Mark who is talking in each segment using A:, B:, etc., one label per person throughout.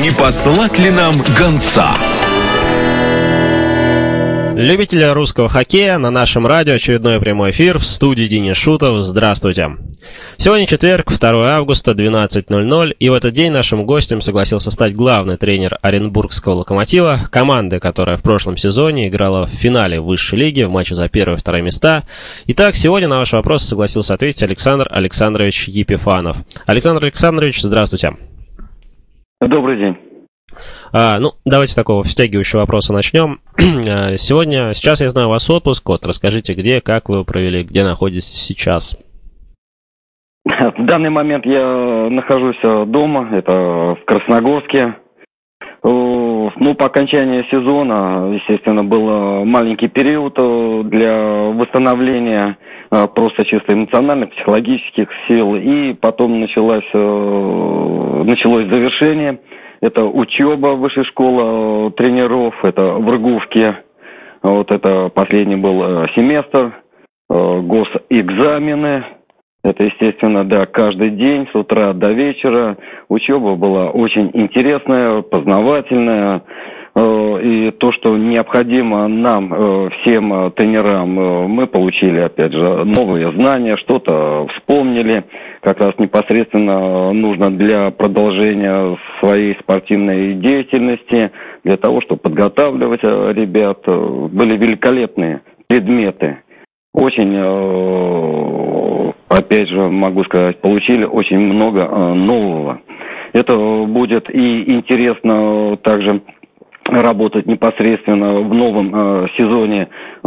A: Не послать ли нам гонца?
B: Любители русского хоккея, на нашем радио очередной прямой эфир, в студии Денис Шутов. Здравствуйте. Сегодня четверг, 2 августа, 12:00, и в этот день нашим гостем согласился стать главный тренер Оренбургского «Локомотива», команды, которая в прошлом сезоне играла в финале высшей лиги в матче за первые и вторые места. Итак, сегодня на ваш вопрос согласился ответить Александр Александрович Епифанов. Александр Александрович, здравствуйте.
C: Добрый день.
B: Давайте такого втягивающего вопроса начнем. Сейчас я знаю, у вас отпуск. Расскажите, где, как вы его провели, где находитесь сейчас?
C: В данный момент я нахожусь дома, это в Красногорске. По окончании сезона, естественно, был маленький период для восстановления просто чисто эмоциональных, психологических сил. И потом началось завершение. Это учеба, высшая школа тренеров, это в Рыгувке. Это последний был семестр, госэкзамены. Это, естественно, каждый день, с утра до вечера. Учеба была очень интересная, познавательная. И то, что необходимо нам, всем тренерам, мы получили, опять же, новые знания, что-то вспомнили, как раз непосредственно нужно для продолжения своей спортивной деятельности, для того, чтобы подготавливать ребят. Были великолепные предметы. Очень, опять же, могу сказать, получили очень много нового. Это будет и интересно также работать непосредственно в новом сезоне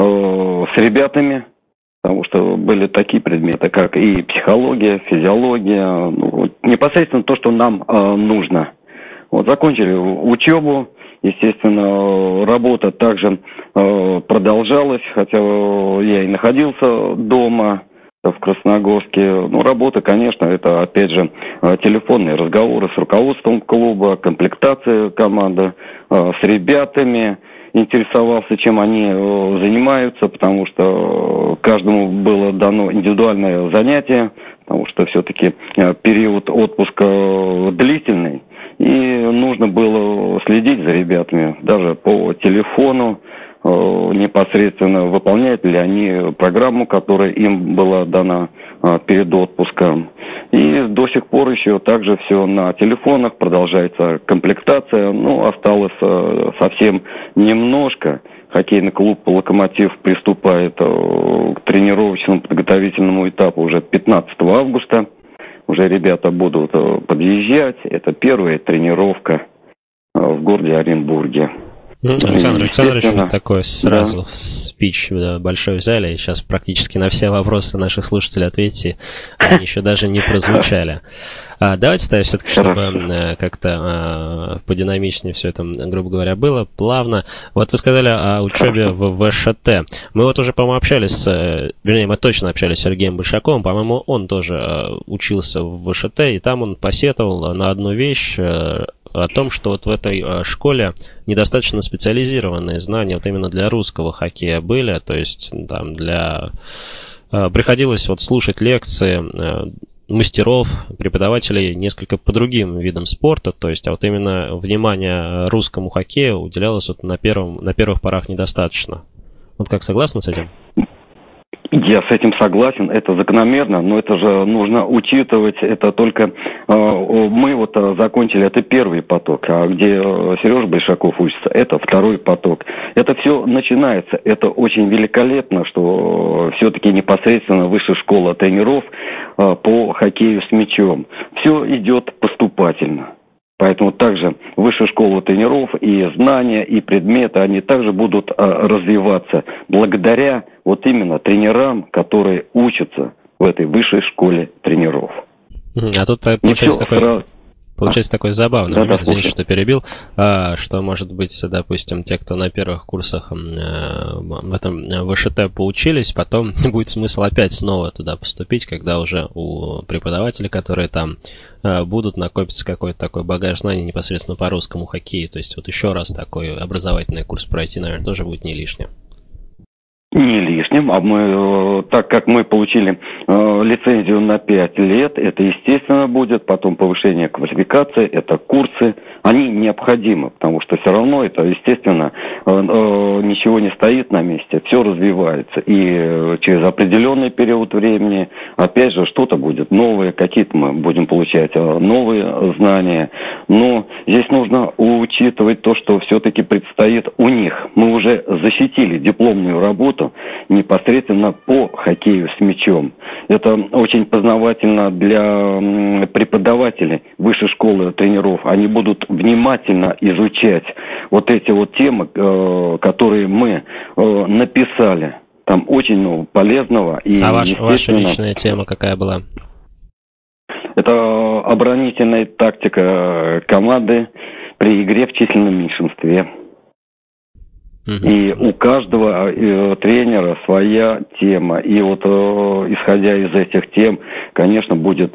C: с ребятами, потому что были такие предметы, как и психология, физиология, непосредственно то, что нам нужно. Закончили учебу, естественно, работа также продолжалась, хотя я и находился дома в Красногорске. Работа, конечно, это, опять же, телефонные разговоры с руководством клуба, комплектация команды, с ребятами. Интересовался, чем они занимаются, потому что каждому было дано индивидуальное занятие, потому что все-таки период отпуска длительный, и нужно было следить за ребятами, даже по телефону, непосредственно выполняют ли они программу, которая им была дана перед отпуском. И до сих пор еще также все на телефонах, продолжается комплектация. Осталось совсем немножко. Хоккейный клуб «Локомотив» приступает к тренировочному подготовительному этапу уже 15 августа. Уже ребята будут подъезжать. Это первая тренировка в городе Оренбурге.
B: Александр Александрович, вы такой сразу спич большой взяли, и сейчас практически на все вопросы наших слушателей ответите, они еще даже не прозвучали. Давайте тогда все-таки, чтобы как-то подинамичнее все это, грубо говоря, было, плавно. Вы сказали о учебе в ВШТ. Мы уже, по-моему, мы точно общались с Сергеем Большаковым, по-моему, он тоже учился в ВШТ, и там он посетовал на одну вещь, о том, что в этой школе недостаточно специализированные знания именно для русского хоккея были, то есть там приходилось слушать лекции мастеров, преподавателей несколько по другим видам спорта, то есть именно внимание русскому хоккею уделялось на первых порах недостаточно. Как согласны с этим?
C: Я с этим согласен, это закономерно, но это же нужно учитывать, это только мы закончили, это первый поток, а где Сережа Большаков учится, это второй поток. Это все начинается, это очень великолепно, что все-таки непосредственно высшая школа тренеров по хоккею с мячом. Все идет поступательно. Поэтому также высшая школа тренеров и знания, и предметы, они также будут развиваться благодаря именно тренерам, которые учатся в этой высшей школе тренеров.
B: А тут получается такой забавный момент, извините, что перебил, что, может быть, допустим, те, кто на первых курсах в этом ВШТ поучились, потом будет смысл опять снова туда поступить, когда уже у преподавателей, которые там будут, накопиться какой-то такой багаж знаний непосредственно по русскому хоккею. То есть еще раз такой образовательный курс пройти, наверное, тоже будет не лишним.
C: Не лишним, так как мы получили лицензию на 5 лет, это естественно будет, потом повышение квалификации, это курсы они необходимы, потому что все равно это, естественно, ничего не стоит на месте, все развивается. И через определенный период времени, опять же, что-то будет новое, какие-то мы будем получать новые знания. Но здесь нужно учитывать то, что все-таки предстоит у них. Мы уже защитили дипломную работу непосредственно по хоккею с мячом. Это очень познавательно для преподавателей высшей школы тренеров. Они будут внимательно изучать вот эти вот темы, которые мы написали. Там очень много полезного. И,
B: ваша личная тема какая была?
C: Это оборонительная тактика команды при игре в численном меньшинстве. И у каждого тренера своя тема. И вот исходя из этих тем, конечно, будет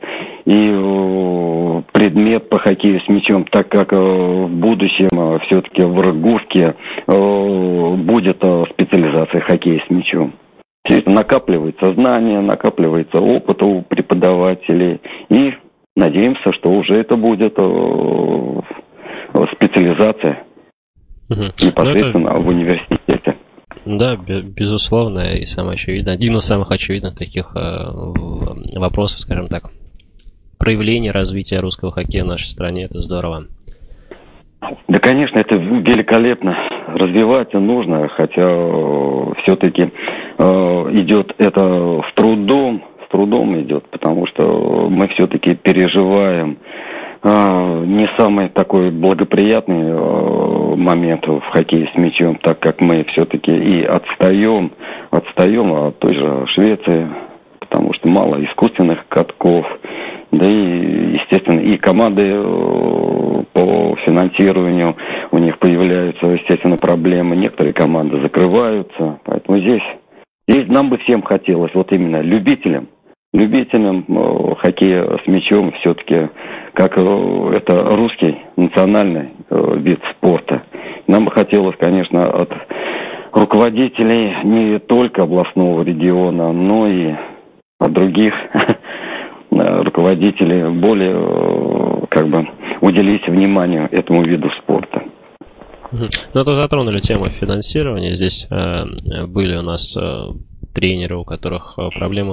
C: и предмет по хоккею с мячом, так как в будущем все-таки в РГУФке будет специализация хоккея с мячом. Все это накапливается знания, накапливается опыт у преподавателей. И надеемся, что уже это будет специализация. Непосредственно в университете.
B: Да, безусловно, и самое очевидное, один из самых очевидных таких вопросов, скажем так, проявления развития русского хоккея в нашей стране, это здорово.
C: Да, конечно, это великолепно. Развивать нужно, хотя все-таки идет это с трудом идет, потому что мы все-таки переживаем не самый такой благоприятный момент в хоккее с мячом, так как мы все-таки и отстаем от той же Швеции, потому что мало искусственных катков, да и, естественно, и команды по финансированию, у них появляются, естественно, проблемы, некоторые команды закрываются, поэтому здесь нам бы всем хотелось, вот именно любителям хоккея с мячом все-таки, как это русский национальный вид спорта. Нам бы хотелось, конечно, от руководителей не только областного региона, но и от других руководителей более уделить внимание этому виду спорта.
B: Ну, то затронули тему финансирования. Здесь были у нас тренеры, у которых проблемы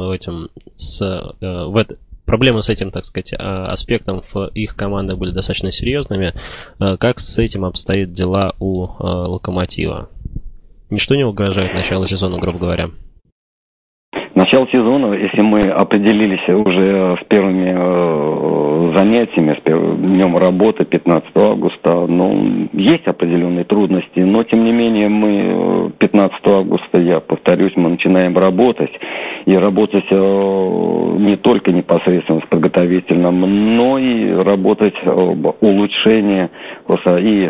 B: проблемы с этим, так сказать, аспектом в их командах были достаточно серьезными. Как с этим обстоят дела у «Локомотива»? Ничто не угрожает началу сезона, грубо говоря?
C: Начало сезона, если мы определились уже с первыми занятиями, с первым днем работы, 15 августа, есть определенные трудности, но тем не менее мы 15 августа, я повторюсь, мы начинаем работать, и работать не только непосредственно с подготовительным, но и работать об улучшении и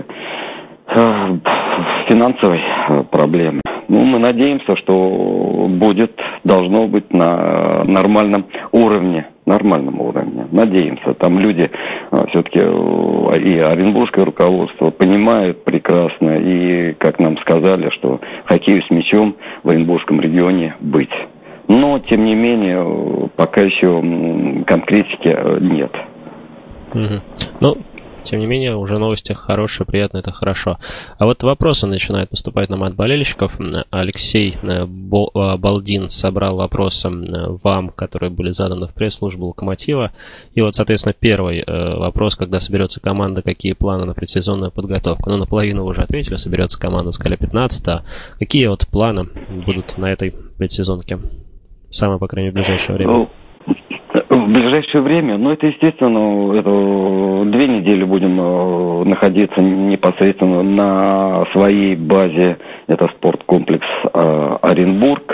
C: финансовой проблемы. Мы надеемся, что должно быть на нормальном уровне. Надеемся. Там люди все-таки и оренбургское руководство понимают прекрасно, и, как нам сказали, что хоккею с мячом в Оренбургском регионе быть. Но, тем не менее, пока еще конкретики нет.
B: Тем не менее, уже новости хорошие, приятные, это хорошо. А вот вопросы начинают поступать нам от болельщиков. Алексей Балдин собрал вопросы вам, которые были заданы в пресс-службу «Локомотива». И вот, соответственно, первый вопрос, когда соберется команда, какие планы на предсезонную подготовку? Наполовину вы уже ответили, соберется команда, сказали, 15-го. Какие вот планы будут на этой предсезонке? Самое, по крайней мере, в ближайшее время.
C: В ближайшее время, это, естественно, 2 недели будем находиться непосредственно на своей базе. Это спорткомплекс Оренбург,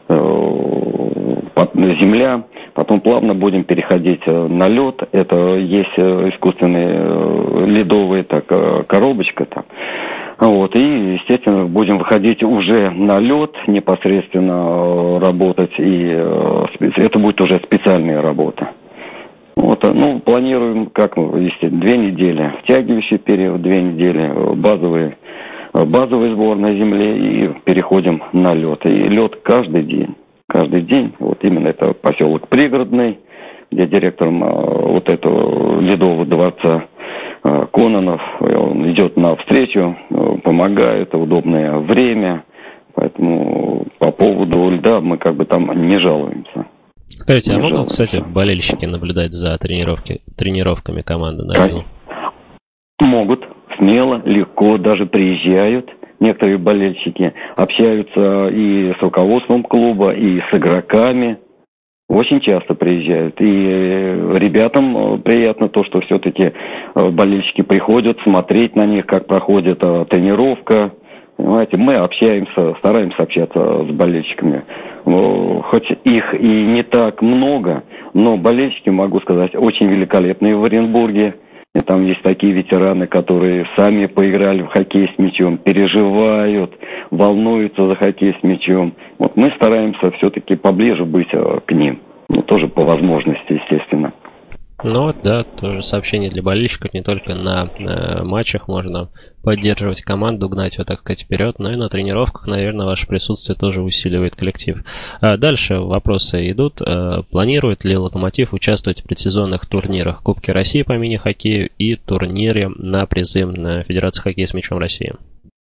C: земля. Потом плавно будем переходить на лед. Это есть искусственные ледовые, коробочка там. И, естественно, будем выходить уже на лед, непосредственно работать, и это будет уже специальная работа. Планируем, 2 недели втягивающий период, 2 недели базовый сбор на земле, и переходим на лед. И лед каждый день. Именно это поселок Пригородный, где директором этого ледового дворца Кононов, он идет навстречу, помогает, удобное время. Поэтому по поводу льда мы как бы там не жалуемся.
B: Скажите, а могут, кстати, болельщики наблюдать за тренировками команды на льду?
C: Могут, смело, легко, даже приезжают. Некоторые болельщики общаются и с руководством клуба, и с игроками. Очень часто приезжают. И ребятам приятно то, что все-таки болельщики приходят смотреть на них, как проходит тренировка. Понимаете, мы общаемся, стараемся общаться с болельщиками. Хоть их и не так много, но болельщики, могу сказать, очень великолепные в Оренбурге. И там есть такие ветераны, которые сами поиграли в хоккей с мячом, переживают, волнуются за хоккей с мячом. Вот мы стараемся все-таки поближе быть к ним. Ну, тоже по возможности, естественно.
B: Ну вот, да, тоже сообщение для болельщиков. Не только на матчах можно поддерживать команду, гнать ее, так сказать, вперед, но и на тренировках, наверное, ваше присутствие тоже усиливает коллектив. Дальше вопросы идут. Планирует ли «Локомотив» участвовать в предсезонных турнирах Кубки России по мини-хоккею и турнире на призы Федерации хоккея с мячом России?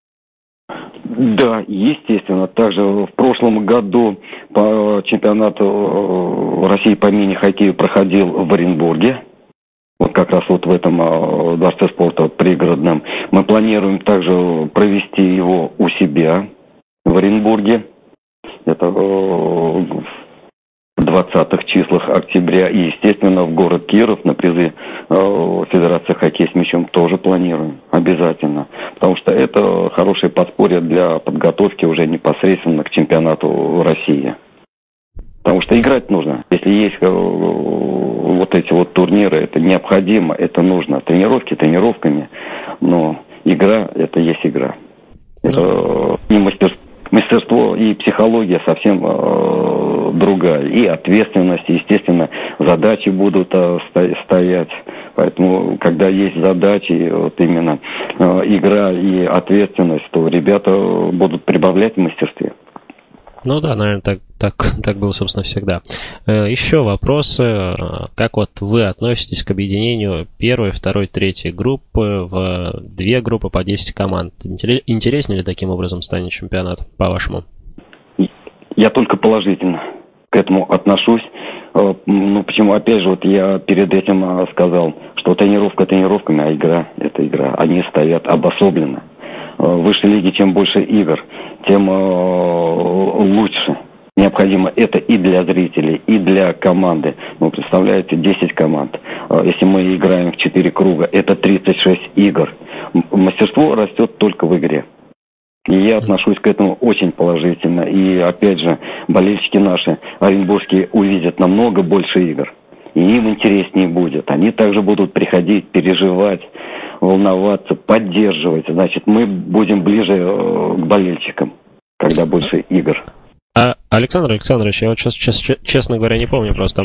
C: Да, естественно. Также в прошлом году по чемпионату России по мини-хоккею проходил в Оренбурге. Вот как раз вот в этом дворце спорта пригородном. Мы планируем также провести его у себя в Оренбурге. Это в 20-х числах октября. И, естественно, в город Киров на призы Федерации хоккея с мячом тоже планируем. Обязательно. Потому что это хорошее подспорье для подготовки уже непосредственно к чемпионату России. Потому что играть нужно. Если есть вот эти вот турниры, это необходимо, это нужно. Тренировки тренировками, но игра – это есть игра. Это и мастерство, и психология совсем другая. И ответственность, естественно, задачи будут стоять. Поэтому, когда есть задачи, вот именно игра и ответственность, то ребята будут прибавлять в мастерстве.
B: Ну да, наверное, так было, собственно, всегда. Еще вопросы. Как вот вы относитесь к объединению первой, второй, третьей группы в две группы по 10 команд? Интереснее ли таким образом станет чемпионат, по-вашему?
C: Я только положительно к этому отношусь. Ну, почему, опять же, вот я перед этим сказал, что тренировка тренировками, а игра – это игра. Они стоят обособленно. Выше лиги, чем больше игр, тем лучше. Необходимо это и для зрителей, и для команды. Вы представляете, 10 команд. Если мы играем в 4 круга, это 36 игр. Мастерство растет только в игре. И я отношусь к этому очень положительно. И опять же, болельщики наши, оренбургские, увидят намного больше игр. И им интереснее будет. Они также будут приходить, переживать, волноваться, поддерживать. Значит, мы будем ближе к болельщикам, когда больше игр.
B: Александр Александрович, я вот сейчас, честно говоря, не помню просто,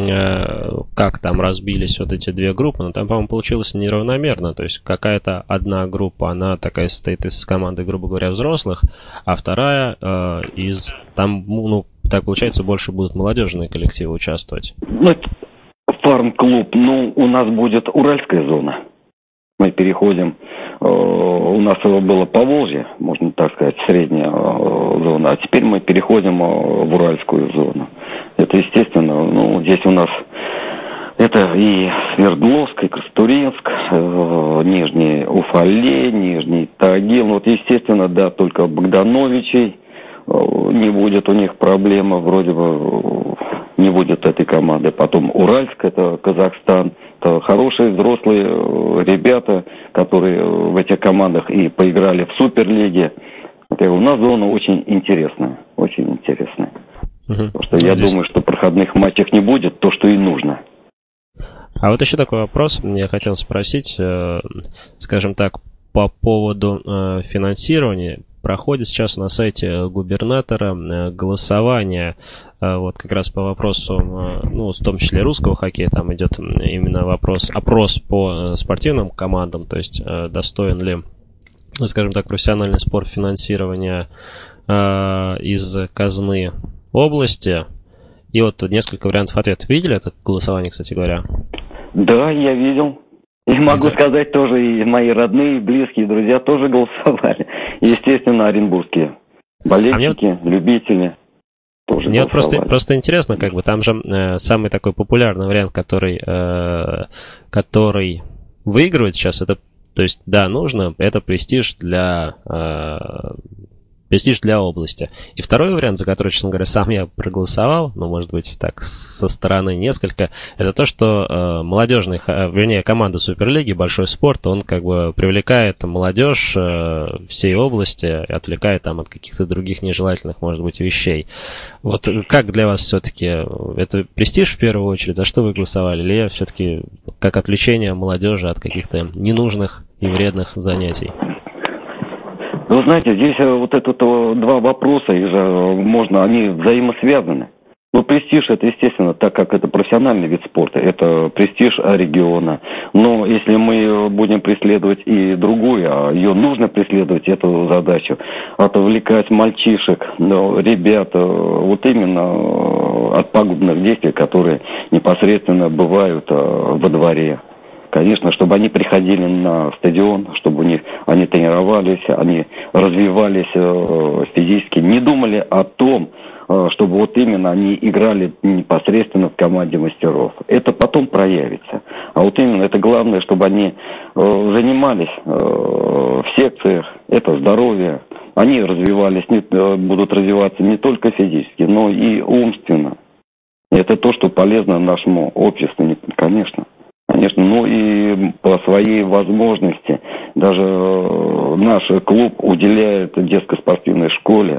B: как там разбились вот эти две группы, но там, по-моему, получилось неравномерно. То есть какая-то одна группа, она такая состоит из команды, грубо говоря, взрослых, а вторая из, там, ну, так получается, больше будут молодежные коллективы участвовать.
C: Ну, фарм-клуб, у нас будет Уральская зона. Мы переходим, у нас было Поволжье, можно так сказать, средняя зона, а теперь мы переходим в Уральскую зону. Это естественно, здесь у нас это и Свердловск, и Красотуринск, Нижний Уфалей, Нижний Тагил. Вот, естественно, да, только Богдановичей не будет у них проблемы, вроде бы не будет этой команды. Потом Уральск, это Казахстан. Это хорошие взрослые ребята, которые в этих командах и поиграли в Суперлиге. У нас зона очень интересная. Очень интересная. Потому что я думаю, что проходных матчей не будет, то, что и нужно.
B: А вот еще такой вопрос. Я хотел спросить, скажем так, по поводу финансирования. Проходит сейчас на сайте губернатора голосование вот как раз по вопросу, в том числе русского хоккея, там идет именно опрос по спортивным командам, то есть достоин ли, скажем так, профессиональный спорт финансирования из казны области. И вот несколько вариантов ответов. Видели это голосование, кстати говоря?
C: Да, я видел. И могу сказать тоже, и мои родные, близкие, друзья тоже голосовали. Естественно, оренбургские болельщики, любители тоже
B: мне
C: голосовали.
B: Вот просто интересно, как бы там же самый такой популярный вариант, который выигрывает сейчас, это, то есть, да, нужно, это престиж для области. И второй вариант, за который, честно говоря, сам я проголосовал, ну, может быть, так, со стороны несколько, это то, что команда Суперлиги, Большой спорт, он как бы привлекает молодежь всей области, отвлекает там от каких-то других нежелательных, может быть, вещей. Вот как для вас все-таки это престиж в первую очередь? За что вы голосовали? Или все-таки как отвлечение молодежи от каких-то ненужных и вредных занятий?
C: Вы знаете, здесь вот это два вопроса, они взаимосвязаны. Ну, престиж, это, естественно, так как это профессиональный вид спорта, это престиж региона. Но если мы будем преследовать и другую, ее нужно преследовать, эту задачу, отвлекать мальчишек, ребят, вот именно от пагубных действий, которые непосредственно бывают во дворе. Конечно, чтобы они приходили на стадион, чтобы они тренировались, они развивались физически, не думали о том, чтобы вот именно они играли непосредственно в команде мастеров. Это потом проявится. А вот именно это главное, чтобы они занимались в секциях, это здоровье. Они будут развиваться не только физически, но и умственно. Это то, что полезно нашему обществу, конечно. Конечно, ну и по своей возможности даже наш клуб уделяет детско-спортивной школе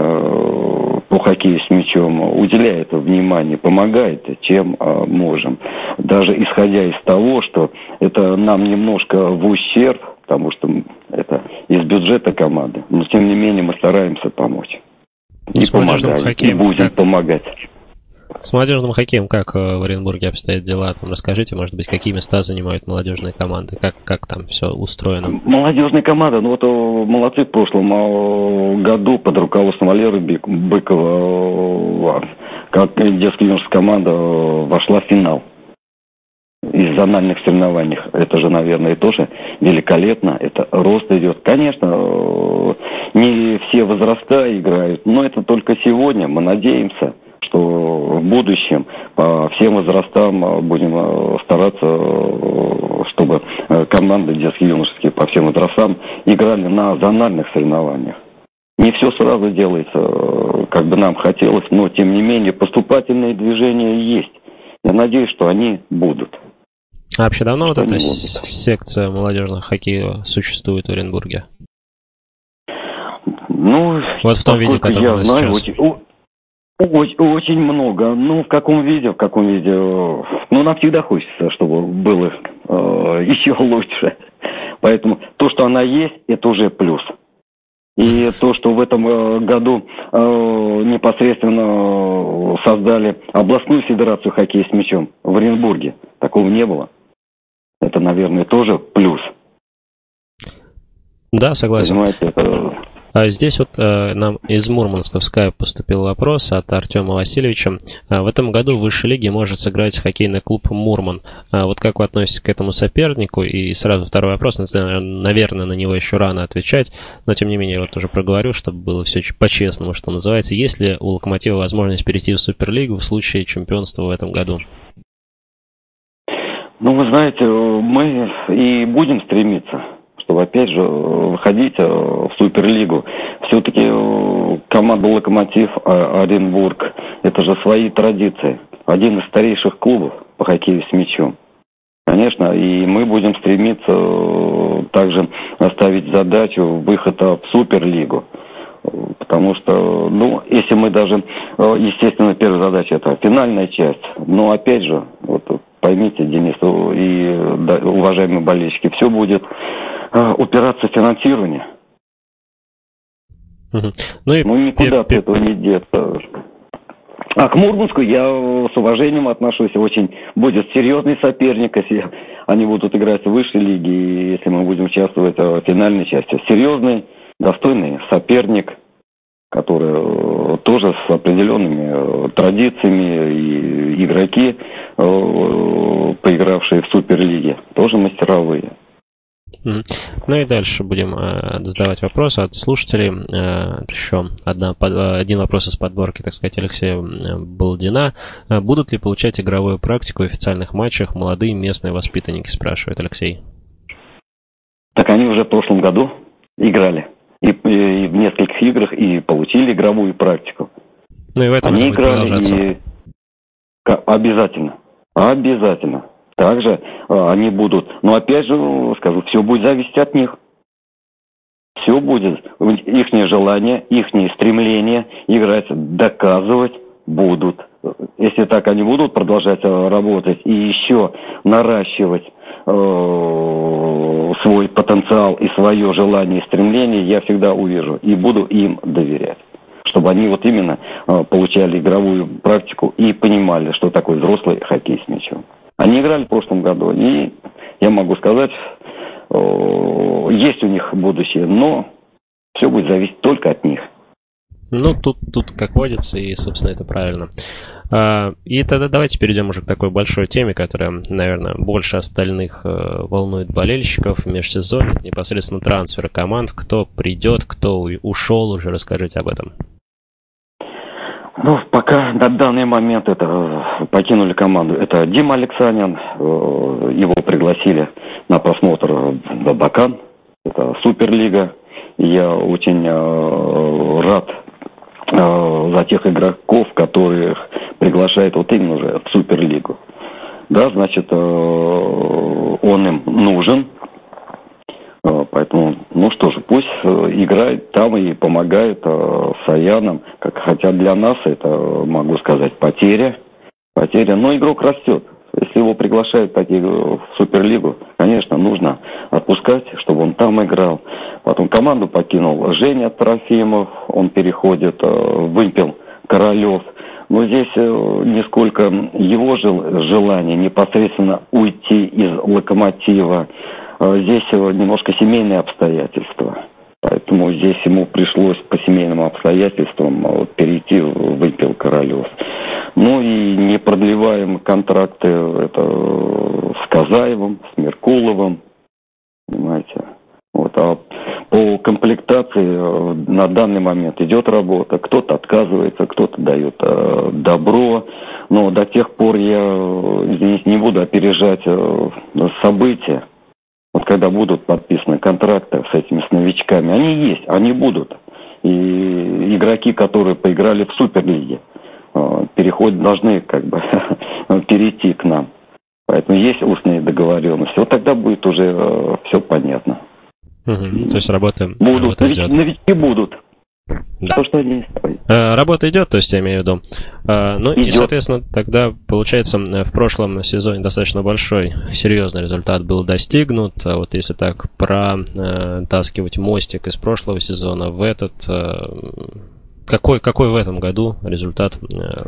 C: по хоккею с мячом, уделяет внимание, помогает, чем можем. Даже исходя из того, что это нам немножко в ущерб, потому что это из бюджета команды, но тем не менее мы стараемся помочь.
B: И помогаем,
C: и будем помогать.
B: С молодежным хоккеем как в Оренбурге обстоят дела? Там расскажите, может быть, какие места занимают молодежные команды? Как там все устроено?
C: Молодежная команда, молодцы в прошлом году под руководством Валеры Быкова, как детская юношеская команда вошла в финал из зональных соревнований. Это же, наверное, тоже великолепно. Это рост идет. Конечно, не все возраста играют, но это только сегодня. Мы надеемся, что в будущем по всем возрастам будем стараться, чтобы команды детские, юношеские по всем возрастам играли на зональных соревнованиях. Не все сразу делается, как бы нам хотелось, но тем не менее поступательные движения есть. Я надеюсь, что они будут.
B: А вообще давно вот эта секция молодежного хоккея существует в Оренбурге?
C: Ну,
B: вот в том виде, который у нас сейчас.
C: Очень много. Ну, в каком виде? Ну, нам всегда хочется, чтобы было еще лучше. Поэтому то, что она есть, это уже плюс. И то, что в этом году непосредственно создали областную федерацию хоккея с мячом в Оренбурге, такого не было. Это, наверное, тоже плюс.
B: Да, согласен.
C: Понимаете, это...
B: Здесь вот нам из Мурманска в скайп поступил вопрос от Артема Васильевича. В этом году в высшей лиге может сыграть хоккейный клуб «Мурман». Вот как вы относитесь к этому сопернику? И сразу второй вопрос, наверное, на него еще рано отвечать, но тем не менее я вот тоже проговорю, чтобы было все по-честному, что называется. Есть ли у «Локомотива» возможность перейти в Суперлигу в случае чемпионства в этом году?
C: Ну, вы знаете, мы и будем стремиться, чтобы, опять же, выходить в Суперлигу. Все-таки команда «Локомотив», Оренбург, это же свои традиции. Один из старейших клубов по хоккею с мячом. Конечно, и мы будем стремиться также ставить задачу выхода в Суперлигу. Потому что, ну, если мы даже, естественно, первая задача это финальная часть, но опять же, вот поймите, Денис и уважаемые болельщики, все будет упираться в финансирование.
B: Ну и
C: никуда от этого не деться. А к Мурманску я с уважением отношусь. Очень будет серьезный соперник, если они будут играть в высшей лиге, и если мы будем участвовать в финальной части. Серьезный, достойный соперник. которые тоже с определенными традициями, и игроки, поигравшие в Суперлиге, тоже мастеровые.
B: Ну и дальше будем задавать вопросы от слушателей. Еще один вопрос из подборки, так сказать, Алексея Балдина. Будут ли получать игровую практику в официальных матчах молодые местные воспитанники, спрашивает Алексей.
C: Так они уже в прошлом году играли. И в нескольких играх и получили игровую практику.
B: Ну и в этом
C: они
B: будет продолжаться.
C: Обязательно. Также они будут, но опять же скажу, все будет зависеть от них. Все будет, их желание, их стремление играть, доказывать будут. Если так они будут продолжать работать и еще наращивать свой потенциал и свое желание и стремление, я всегда увижу и буду им доверять. Чтобы они вот именно получали игровую практику и понимали, что такое взрослый хоккей с мячом. Они играли в прошлом году, и я могу сказать, есть у них будущее, но все будет зависеть только от них.
B: Ну, тут как водится, и, собственно, это правильно. И тогда давайте перейдем уже к такой большой теме, которая, наверное, больше остальных волнует болельщиков в межсезонье. Это непосредственно трансферы команд. Кто придет, кто ушел, уже расскажите об этом.
C: Ну, пока на данный момент это покинули команду. Это Дима Алексанин, его пригласили на просмотр в Абакан, это Суперлига. Я очень рад за тех игроков, которых приглашает вот именно уже в Суперлигу. Да, значит, он им нужен. Поэтому, ну что же, пусть играет там и помогает Саянам. Хотя для нас это, могу сказать, потеря. Но игрок растет. Если его приглашают в Суперлигу, конечно, нужно отпускать, чтобы он там играл. Потом команду покинул Женя Трофимов, он переходит в Вымпел Королев. Но здесь нисколько его желание непосредственно уйти из Локомотива. Здесь немножко семейные обстоятельства. Поэтому здесь ему пришлось по семейным обстоятельствам перейти в Вымпел Королев. Ну и не продлеваем контракты с Казаевым, с Меркуловым. Понимаете? Вот. А по комплектации на данный момент идет работа. Кто-то отказывается, кто-то дает добро. Но до тех пор я, извините, не буду опережать события. Вот когда будут подписаны контракты с этими новичками, они есть, они будут. И игроки, которые поиграли в Суперлиге, должны перейти к нам. Поэтому есть устные договоренности. Вот тогда будет уже все понятно.
B: То есть работа идет.
C: Новички будут.
B: Да.
C: То, что они...
B: Работа идет, то есть я имею в виду. Ну
C: идет.
B: И, соответственно, тогда, получается, в прошлом сезоне достаточно большой, серьезный результат был достигнут. А вот если так протаскивать мостик из прошлого сезона в этот, какой в этом году результат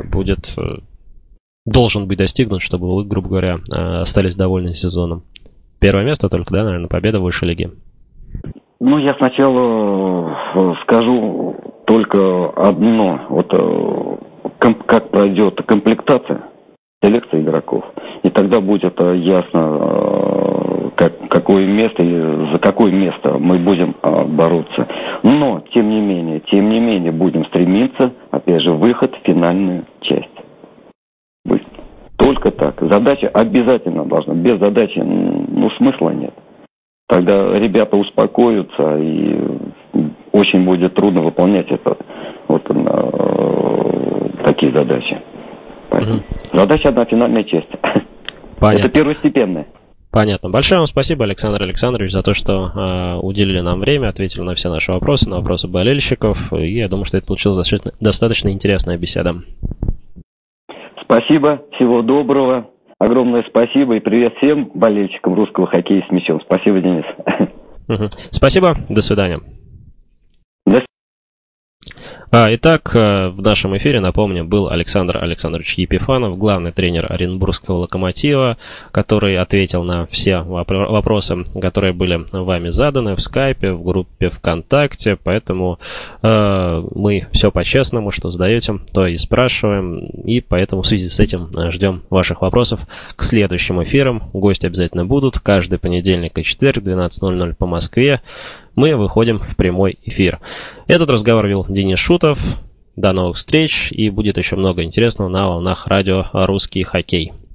B: должен быть достигнут, чтобы вы, грубо говоря, остались довольны сезоном? Первое место только, да, наверное, победа в высшей лиге.
C: Ну, я сначала скажу только одно. Как пройдет комплектация, селекция игроков. И тогда будет ясно, какое место и за какое место мы будем бороться. Но, тем не менее, будем стремиться, опять же, выход в финальную часть. Только так. Задача обязательно должна. Без задачи, смысла нет. Тогда ребята успокоятся, и очень будет трудно выполнять такие задачи. Задача одна, финальная часть.
B: Понятно.
C: Это первостепенная.
B: Понятно. Большое вам спасибо, Александр Александрович, за то, что уделили нам время, ответили на все наши вопросы, на вопросы болельщиков. И я думаю, что это получилась достаточно интересная беседа.
C: Спасибо, всего доброго. Огромное спасибо и привет всем болельщикам русского хоккея с мячом. Спасибо, Денис.
B: Спасибо, до свидания. Итак, в нашем эфире, напомню, был Александр Александрович Епифанов, главный тренер Оренбургского «Локомотива», который ответил на все вопросы, которые были вами заданы в скайпе, в группе ВКонтакте. Поэтому мы все по-честному, что задаете, то и спрашиваем. И поэтому в связи с этим ждем ваших вопросов к следующим эфирам. Гости обязательно будут каждый понедельник и четверг, 12:00 по Москве. Мы выходим в прямой эфир. Этот разговор вел Денис Шутов. До новых встреч, и будет еще много интересного на волнах радио «Русский хоккей».